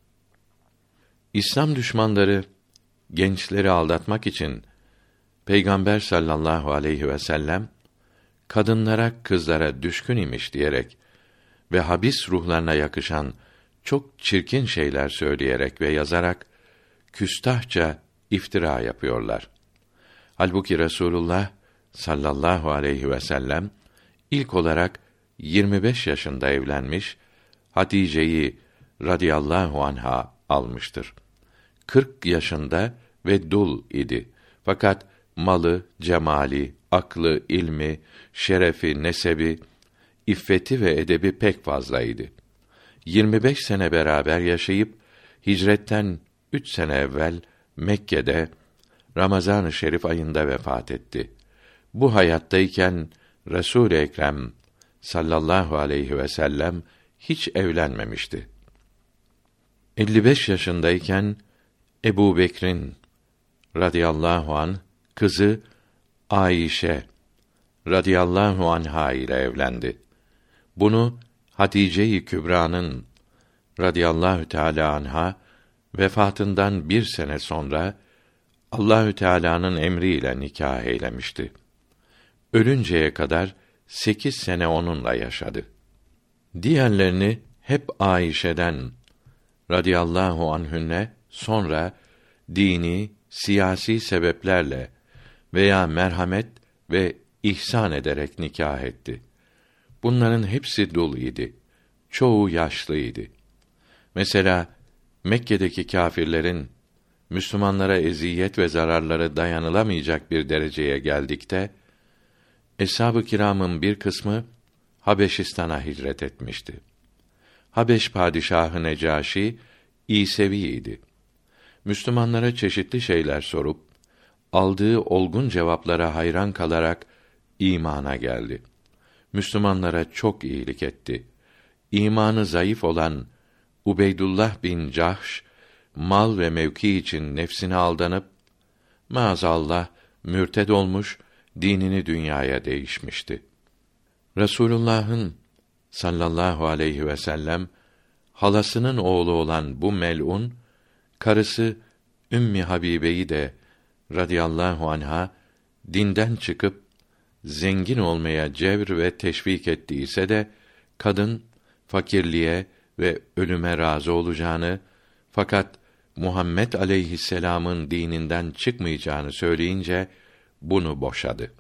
İslam düşmanları gençleri aldatmak için Peygamber sallallahu aleyhi ve sellem kadınlara, kızlara düşkün imiş diyerek ve habis ruhlarına yakışan çok çirkin şeyler söyleyerek ve yazarak küstahça iftira yapıyorlar. Halbuki Resulullah sallallahu aleyhi ve sellem ilk olarak yirmi beş yaşında evlenmiş, Hatice'yi radıyallahu anha almıştır. kırk yaşında ve dul idi. Fakat malı, cemali, aklı, ilmi, şerefi, nesebi, iffeti ve edebi pek fazlaydı. yirmi beş sene beraber yaşayıp hicretten üç sene evvel Mekke'de Ramazan-ı Şerif ayında vefat etti. Bu hayattayken Resul-i Ekrem sallallahu aleyhi ve sellem hiç evlenmemişti. elli beş yaşındayken Ebu Bekir'in radıyallahu an kızı Ayşe radıyallahu anha ile evlendi. Bunu Hatice-i Kübra'nın radıyallahu teâlâ anha vefatından bir sene sonra Allahü Teala'nın emriyle nikah eylemişti. ölünceye kadar sekiz sene onunla yaşadı. Diğerlerini hep Ayşe'den radıyallahu anhünne sonra dini, siyasi sebeplerle veya merhamet ve ihsan ederek nikah etti. Bunların hepsi dul idi. Çoğu yaşlıydı. Mesela Mekke'deki kâfirlerin Müslümanlara eziyet ve zararları dayanılamayacak bir dereceye geldikte eshab-ı kiramın bir kısmı Habeşistan'a hicret etmişti. Habeş padişahı Necaşi İsevi'ydi. Müslümanlara çeşitli şeyler sorup aldığı olgun cevaplara hayran kalarak imana geldi. Müslümanlara çok iyilik etti. İmanı zayıf olan Ubeydullah bin Cahş mal ve mevki için nefsine aldanıp maazallah mürted olmuş, dinini dünyaya değişmişti. Resulullah'ın sallallahu aleyhi ve sellem halasının oğlu olan bu mel'un karısı Ümmü Habibe'yi de radıyallahu anha dinden çıkıp zengin olmaya cevr ve teşvik ettiyse de kadın fakirliğe ve ölüme razı olacağını fakat Muhammed aleyhisselam'ın dininden çıkmayacağını söyleyince bunu boşadı.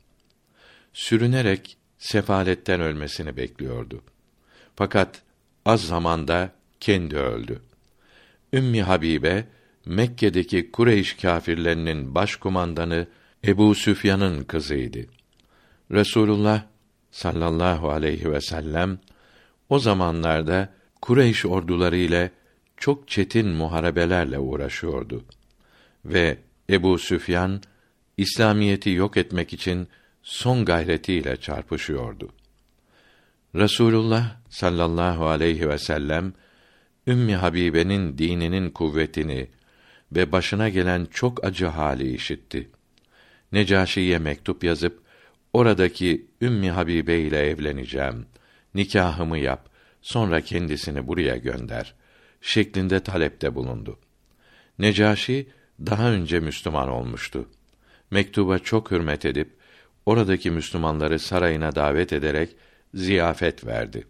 Sürünerek sefaletten ölmesini bekliyordu. Fakat az zamanda kendi öldü. Ümmü Habibe Mekke'deki Kureyş kâfirlerinin başkumandanı Ebu Süfyan'ın kızıydı. Resulullah sallallahu aleyhi ve sellem o zamanlarda Kureyş orduları ile çok çetin muharebelerle uğraşıyordu ve Ebu Süfyan İslamiyeti yok etmek için son gayretiyle çarpışıyordu. Resulullah sallallahu aleyhi ve sellem Ümmü Habibe'nin dininin kuvvetini ve başına gelen çok acı hali işitti. Necaşi'ye mektup yazıp oradaki Ümmü Habibe ile evleneceğim. Nikahımı yap. Sonra kendisini buraya gönder şeklinde talepte bulundu. Necaşi daha önce Müslüman olmuştu. Mektuba çok hürmet edip oradaki Müslümanları sarayına davet ederek ziyafet verdi.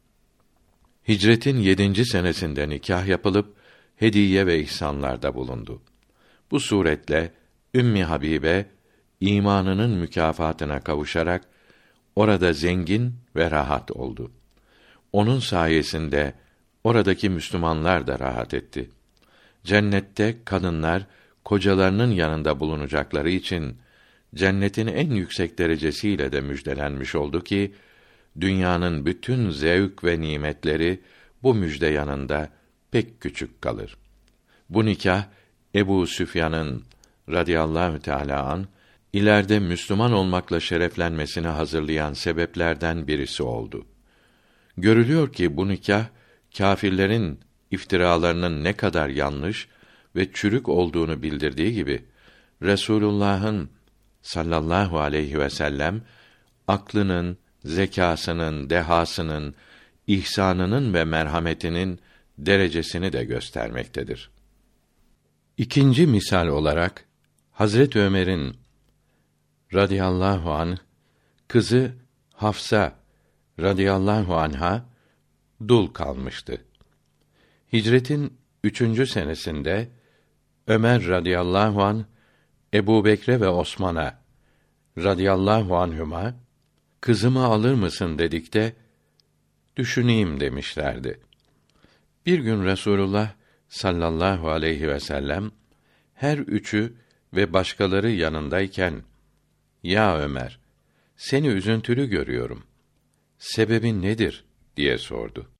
Hicretin yedinci senesinde nikah yapılıp hediye ve ihsanlarda bulundu. Bu suretle Ümmü Habibe imanının mükafatına kavuşarak orada zengin ve rahat oldu. Onun sayesinde oradaki Müslümanlar da rahat etti. Cennette kadınlar kocalarının yanında bulunacakları için cennetin en yüksek derecesiyle de müjdelenmiş oldu ki dünyanın bütün zevk ve nimetleri bu müjde yanında pek küçük kalır. Bu nikah Ebu Süfyan'ın radıyallahu teâlâ an ileride Müslüman olmakla şereflenmesini hazırlayan sebeplerden birisi oldu. Görülüyor ki bu nikah kâfirlerin iftiralarının ne kadar yanlış ve çürük olduğunu bildirdiği gibi Resulullah'ın sallallahu aleyhi ve sellem aklının, zekasının, dehasının, ihsanının ve merhametinin derecesini de göstermektedir. İkinci misal olarak Hazret Ömer'in radıyallahu anh kızı Hafsa radıyallahu anha dul kalmıştı. Hicretin üçüncü senesinde Ömer radıyallahu anh Ebu Bekre ve Osman'a radıyallahu anhüma kızımı alır mısın dedikte düşüneyim demişlerdi. Bir gün Resulullah sallallahu aleyhi ve sellem her üçü ve başkaları yanındayken ya Ömer seni üzüntülü görüyorum. Sebebin nedir diye sordu.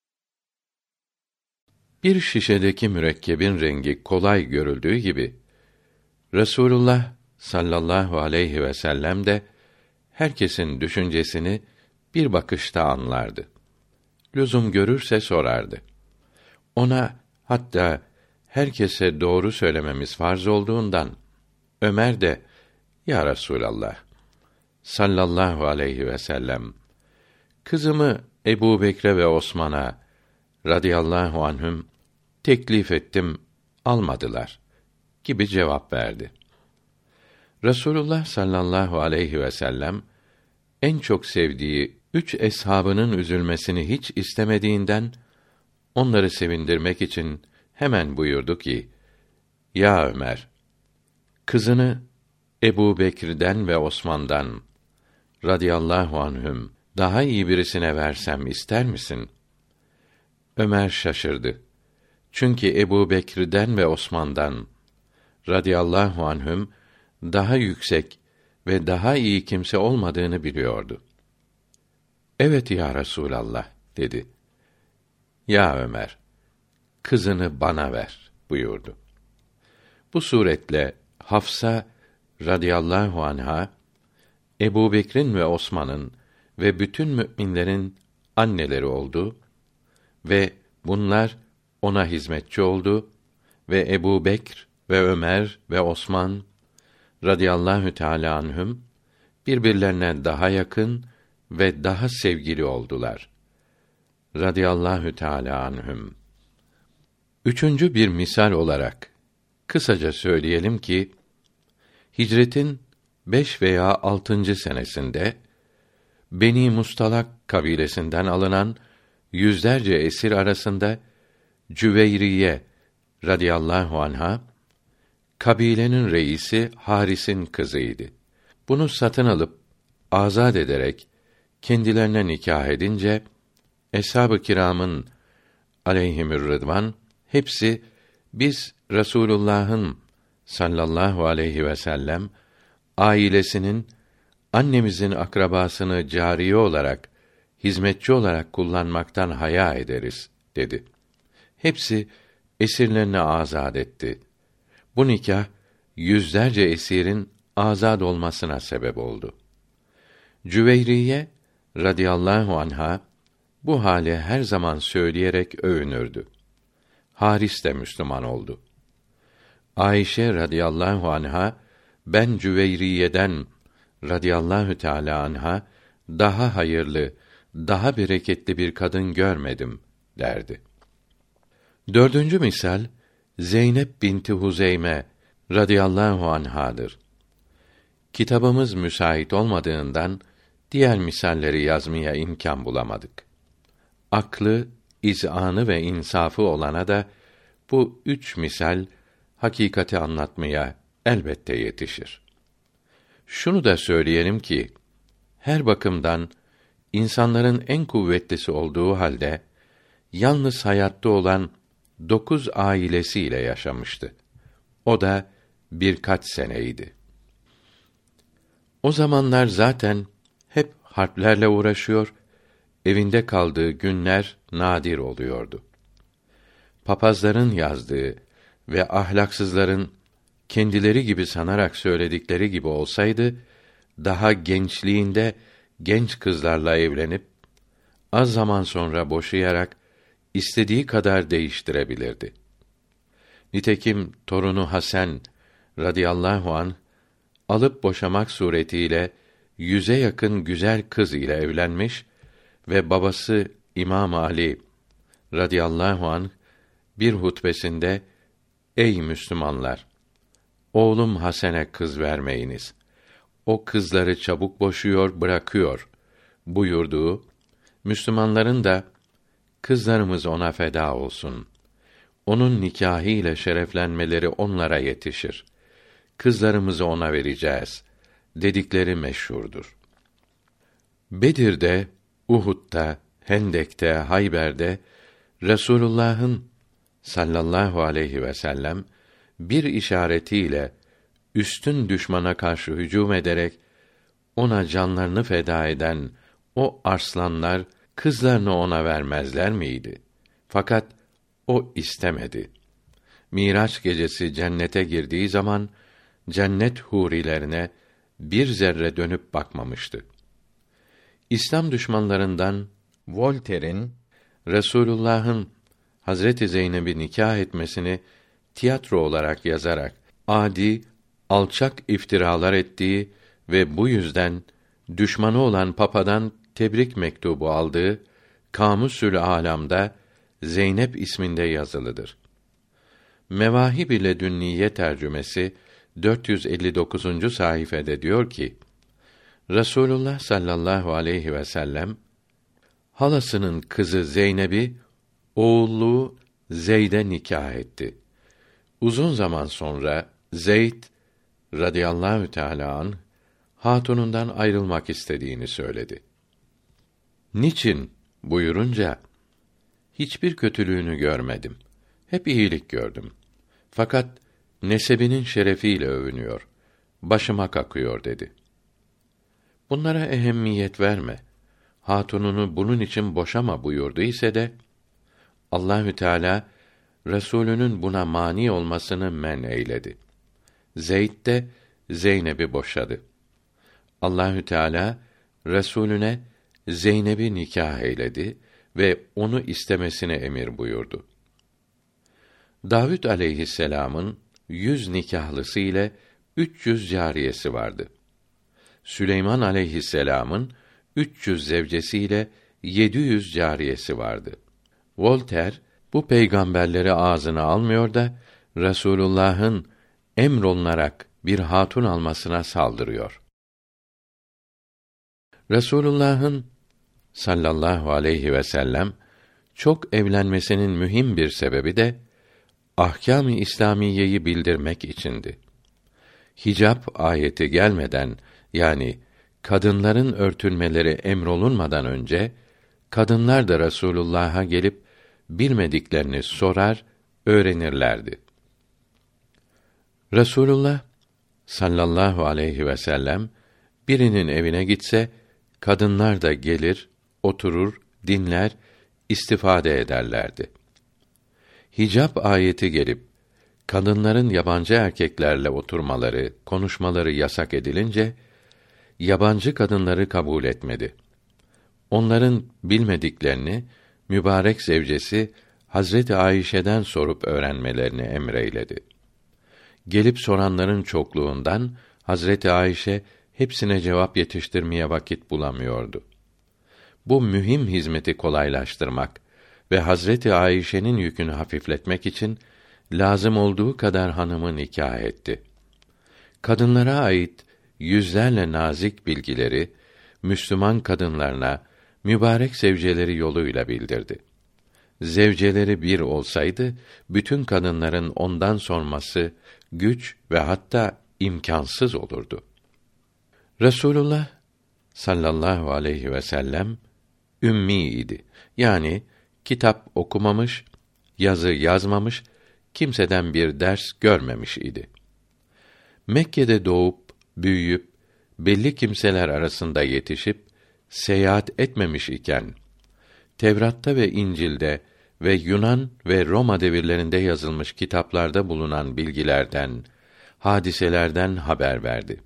Bir şişedeki mürekkebin rengi kolay görüldüğü gibi Resulullah sallallahu aleyhi ve sellem de herkesin düşüncesini bir bakışta anlardı. Lüzum görürse sorardı. Ona hatta herkese doğru söylememiz farz olduğundan Ömer de ya Resulallah sallallahu aleyhi ve sellem kızımı Ebu Bekre ve Osman'a radıyallahu anhüm teklif ettim, almadılar gibi cevap verdi. Resulullah sallallahu aleyhi ve sellem en çok sevdiği üç eshabının üzülmesini hiç istemediğinden, onları sevindirmek için hemen buyurdu ki, Ya Ömer, kızını Ebu Bekir'den ve Osman'dan radıyallahu anhüm daha iyi birisine versem ister misin? Ömer şaşırdı. Çünkü Ebu Bekir'den ve Osman'dan radıyallahu anhüm daha yüksek ve daha iyi kimse olmadığını biliyordu. Evet ya Resûlallah dedi. Ya Ömer, kızını bana ver buyurdu. Bu suretle Hafsa radıyallahu anha Ebu Bekir'in ve Osman'ın ve bütün müminlerin anneleri oldu ve bunlar ona hizmetçi oldu ve Ebu Bekr ve Ömer ve Osman radıyallahu teâlâ anhüm birbirlerine daha yakın ve daha sevgili oldular. Radıyallahu teâlâ anhüm. Üçüncü bir misal olarak kısaca söyleyelim ki, hicretin beş veya altıncı senesinde Beni Mustalak kabilesinden alınan yüzlerce esir arasında Cüveyriye radıyallahu anha kabilenin reisi Haris'in kızıydı. Bunu satın alıp azad ederek kendilerine nikah edince eshab-ı kiramın aleyhimür rıdvan hepsi biz Resulullah'ın sallallahu aleyhi ve sellem ailesinin annemizin akrabasını cariye olarak, hizmetçi olarak kullanmaktan haya ederiz dedi. Hepsi esirlerini azad etti. Bu nikah yüzlerce esirin azad olmasına sebep oldu. Cüveyriye radıyallahu anha bu hali her zaman söyleyerek övünürdü. Haris de Müslüman oldu. Ayşe radıyallahu anha ben Cüveyriye'den radıyallahu teâlâ anha daha hayırlı, daha bereketli bir kadın görmedim derdi. Dördüncü misal Zeynep binti Huzeyme radıyallahu anhadır. Kitabımız müsait olmadığından diğer misalleri yazmaya imkan bulamadık. Aklı, izanı ve insafı olana da bu üç misal hakikati anlatmaya elbette yetişir. Şunu da söyleyelim ki, her bakımdan insanların en kuvvetlisi olduğu halde, yalnız hayatta olan dokuz ailesiyle yaşamıştı. O da birkaç seneydi. O zamanlar zaten hep harplerle uğraşıyor, evinde kaldığı günler nadir oluyordu. Papazların yazdığı ve ahlaksızların kendileri gibi sanarak söyledikleri gibi olsaydı, daha gençliğinde genç kızlarla evlenip, az zaman sonra boşayarak, istediği kadar değiştirebilirdi. Nitekim torunu Hasan radıyallahu anh, alıp boşamak suretiyle, yüze yakın güzel kız ile evlenmiş ve babası İmam Ali radıyallahu anh, bir hutbesinde, Ey Müslümanlar! Oğlum Hasan'e kız vermeyiniz. O kızları çabuk boşuyor, bırakıyor buyurduğu, Müslümanların da kızlarımız ona feda olsun. Onun nikahı ile şereflenmeleri onlara yetişir. Kızlarımızı ona vereceğiz dedikleri meşhurdur. Bedir'de, Uhud'da, Hendek'te, Hayber'de Resulullah'ın sallallahu aleyhi ve sellem bir işaretiyle üstün düşmana karşı hücum ederek ona canlarını feda eden o arslanlar kızlarını ona vermezler miydi? Fakat o istemedi. Miraç gecesi cennete girdiği zaman cennet hurilerine bir zerre dönüp bakmamıştı. İslam düşmanlarından Voltaire'in Resulullah'ın Hazreti Zeynep'i nikah etmesini tiyatro olarak yazarak adi, alçak iftiralar ettiği ve bu yüzden düşmanı olan papadan tebrik mektubu aldığı Kamusül Alam'da Zeynep isminde yazılıdır. Mevahib ile Dünniye tercümesi dört yüz elli dokuzuncu sayfede diyor ki: Resulullah sallallahu aleyhi ve sellem halasının kızı Zeynep'i oğulluğu Zeyd'e nikah etti. Uzun zaman sonra Zeyd radıyallahu teâlâ anh hatunundan ayrılmak istediğini söyledi. Niçin buyurunca, hiçbir kötülüğünü görmedim. Hep iyilik gördüm. Fakat nesebinin şerefiyle övünüyor. Başıma kakıyor dedi. Bunlara ehemmiyet verme. Hatununu bunun için boşama buyurdu ise de Allahü Teala Resulünün buna mani olmasını men eyledi. Zeyd de Zeynep'i boşadı. Allahü Teala Resulüne Zeynep'i nikah eyledi ve onu istemesini emir buyurdu. Davud aleyhisselam'ın yüz nikahlısı ile üç yüz cariyesi vardı. Süleyman aleyhisselam'ın üç yüz zevcesiyle yedi yüz cariyesi vardı. Voltaire bu peygamberleri ağzına almıyor da Resulullah'ın emrolunarak bir hatun almasına saldırıyor. Resulullah'ın sallallahu aleyhi ve sellem çok evlenmesinin mühim bir sebebi de ahkâm-ı İslamiyeyi bildirmek içindi. Hicap ayeti gelmeden, yani kadınların örtünmeleri emrolunmadan önce kadınlar da Resulullah'a gelip bilmediklerini sorar, öğrenirlerdi. Resulullah sallallahu aleyhi ve sellem birinin evine gitse kadınlar da gelir, oturur, dinler, istifade ederlerdi. Hicap ayeti gelip kadınların yabancı erkeklerle oturmaları, konuşmaları yasak edilince yabancı kadınları kabul etmedi. Onların bilmediklerini mübarek zevcesi Hazreti Ayşe'den sorup öğrenmelerini emreyledi. Gelip soranların çokluğundan Hazreti Ayşe hepsine cevap yetiştirmeye vakit bulamıyordu. Bu mühim hizmeti kolaylaştırmak ve Hazreti Ayşe'nin yükünü hafifletmek için lazım olduğu kadar hanımı nikah etti. Kadınlara ait yüzlerle nazik bilgileri Müslüman kadınlarına mübarek zevceleri yoluyla bildirdi. Zevceleri bir olsaydı bütün kadınların ondan sorması güç ve hatta imkansız olurdu. Resulullah sallallahu aleyhi ve sellem ümmi idi. Yani kitap okumamış, yazı yazmamış, kimseden bir ders görmemiş idi. Mekke'de doğup, büyüyüp, belli kimseler arasında yetişip, seyahat etmemiş iken, Tevrat'ta ve İncil'de ve Yunan ve Roma devirlerinde yazılmış kitaplarda bulunan bilgilerden, hadiselerden haber verdi.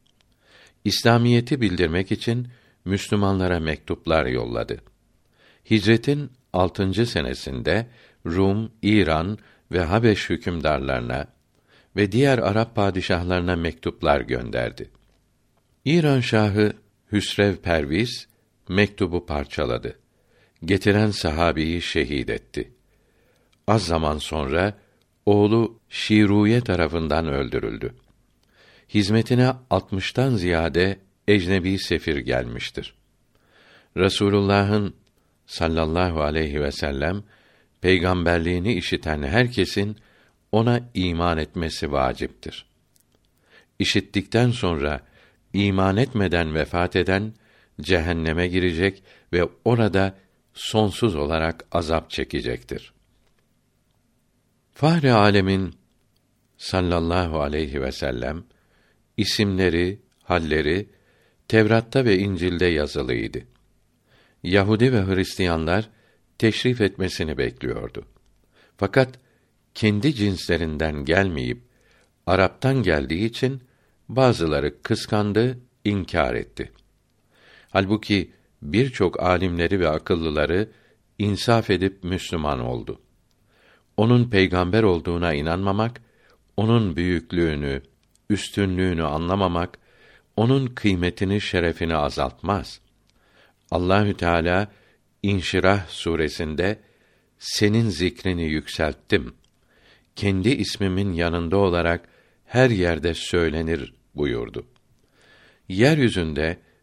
İslamiyeti bildirmek için Müslümanlara mektuplar yolladı. Hicretin altıncı senesinde Rum, İran ve Habeş hükümdarlarına ve diğer Arap padişahlarına mektuplar gönderdi. İran şahı Hüsrev Perviz mektubu parçaladı. Getiren sahabeyi şehit etti. Az zaman sonra oğlu Şiruye tarafından öldürüldü. Hizmetine altmıştan ziyade ecnebi sefir gelmiştir. Resulullah'ın sallallahu aleyhi ve sellem peygamberliğini işiten herkesin ona iman etmesi vaciptir. İşittikten sonra iman etmeden vefat eden cehenneme girecek ve orada sonsuz olarak azap çekecektir. Fahri âlemin sallallahu aleyhi ve sellem isimleri, halleri Tevrat'ta ve İncil'de yazılıydı. Yahudi ve Hristiyanlar teşrif etmesini bekliyordu. Fakat kendi cinslerinden gelmeyip Arap'tan geldiği için bazıları kıskandı, inkar etti. Halbuki birçok alimleri ve akıllıları insaf edip Müslüman oldu. Onun peygamber olduğuna inanmamak, onun büyüklüğünü, üstünlüğünü anlamamak, onun kıymetini, şerefini azaltmaz. Allahü Teala İnşirah suresinde senin zikrini yükselttim. Kendi ismimin yanında olarak her yerde söylenir buyurdu. Yeryüzünde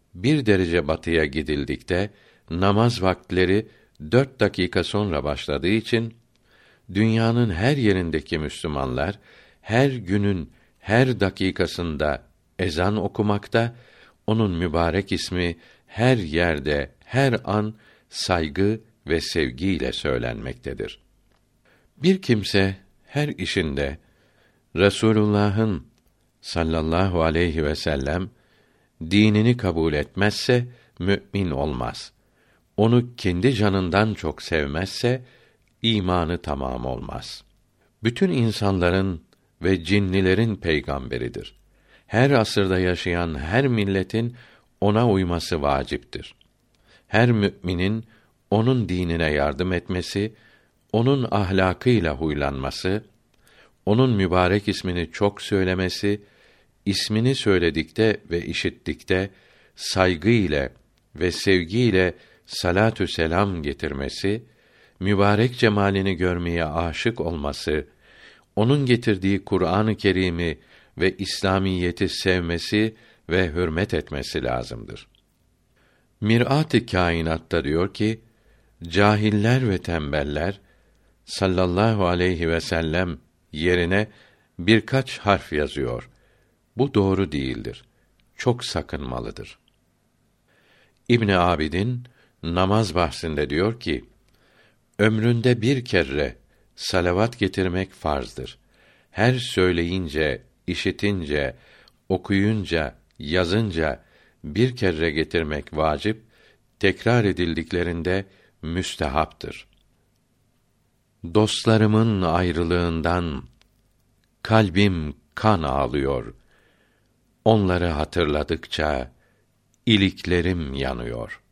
bir derece batıya gidildikte namaz vaktleri dört dakika sonra başladığı için dünyanın her yerindeki Müslümanlar her günün her dakikasında ezan okumakta, onun mübarek ismi her yerde, her an saygı ve sevgiyle söylenmektedir. Bir kimse her işinde Resulullah'ın sallallahu aleyhi ve sellem dinini kabul etmezse mümin olmaz. Onu kendi canından çok sevmezse imanı tamam olmaz. Bütün insanların ve cinnilerin peygamberidir. Her asırda yaşayan her milletin ona uyması vaciptir. Her müminin onun dinine yardım etmesi, onun ahlakıyla huylanması, onun mübarek ismini çok söylemesi, ismini söyledikte ve işittikte saygı ile ve sevgi ile salatü selam getirmesi, mübarek cemalini görmeye aşık olması, onun getirdiği Kur'an-ı Kerim'i ve İslamiyeti sevmesi ve hürmet etmesi lazımdır. Mir'at-ı Kainat'ta diyor ki, cahiller ve tembeller sallallahu aleyhi ve sellem yerine birkaç harf yazıyor. Bu doğru değildir. Çok sakınmalıdır. İbn Abidin namaz bahsinde diyor ki, ömründe bir kere salavat getirmek farzdır. Her söyleyince, işitince, okuyunca, yazınca bir kere getirmek vacip, tekrar edildiklerinde müstehaptır. Dostlarımın ayrılığından kalbim kan ağlıyor. Onları hatırladıkça iliklerim yanıyor.